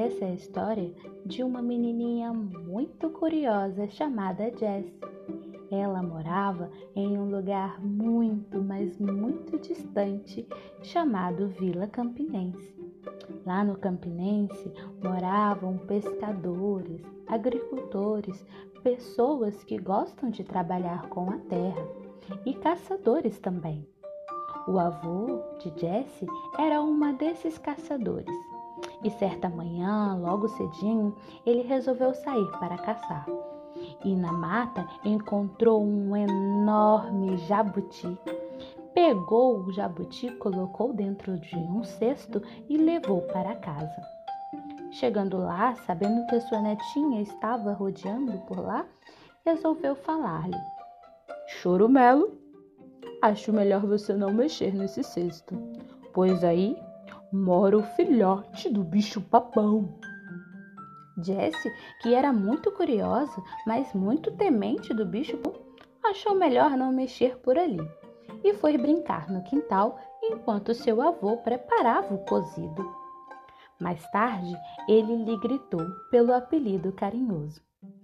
Essa é a história de uma menininha muito curiosa chamada Jessie. Ela morava em um lugar muito, mas muito distante, chamado Vila Campinense. Lá no Campinense moravam pescadores, agricultores, pessoas que gostam de trabalhar com a terra e caçadores também. O avô de Jessie era uma desses caçadores. E certa manhã, logo cedinho, ele resolveu sair para caçar. E na mata encontrou um enorme jabuti. Pegou o jabuti, colocou dentro de um cesto e levou para casa. Chegando lá, sabendo que a sua netinha estava rodeando por lá, resolveu falar-lhe: "Chorumelo, acho melhor você não mexer nesse cesto, pois aí mora o filhote do bicho-papão." Jessie, que era muito curiosa, mas muito temente do bicho-papão, achou melhor não mexer por ali e foi brincar no quintal enquanto seu avô preparava o cozido. Mais tarde, ele lhe gritou pelo apelido carinhoso: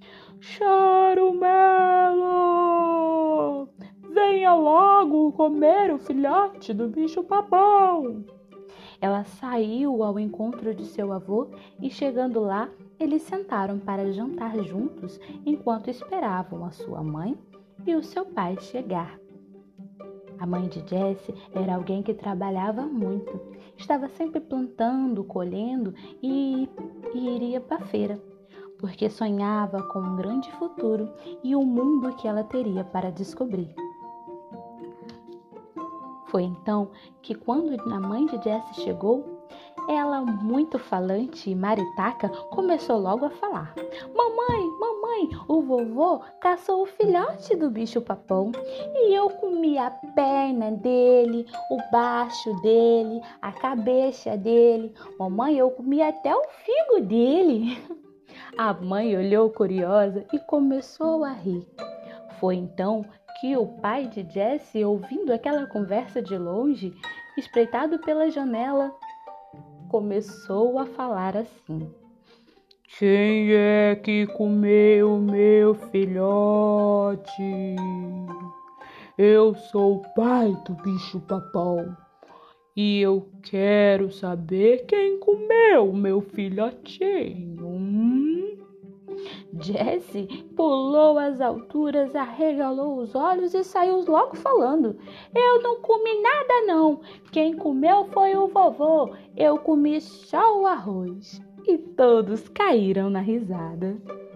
"Chorumelo, venha logo comer o filhote do bicho-papão." Ela saiu ao encontro de seu avô e, chegando lá, eles sentaram para jantar juntos enquanto esperavam a sua mãe e o seu pai chegar. A mãe de Jessie era alguém que trabalhava muito. Estava sempre plantando, colhendo e iria para a feira, porque sonhava com um grande futuro e um mundo que ela teria para descobrir. Foi então que, quando a mãe de Jessie chegou, ela, muito falante e maritaca, começou logo a falar: Mamãe, o vovô caçou o filhote do bicho-papão e eu comi a perna dele, o baixo dele, a cabeça dele. Mamãe, eu comi até o figo dele." A mãe olhou curiosa e começou a rir. Foi então que o pai de Jessie, ouvindo aquela conversa de longe, espreitado pela janela, começou a falar assim: "Quem é que comeu meu filhote? Eu sou o pai do bicho-papão e eu quero saber quem comeu meu filhotinho." Jessie pulou às alturas, arregalou os olhos e saiu logo falando: "Eu não comi nada não, quem comeu foi o vovô, eu comi só o arroz." E todos caíram na risada.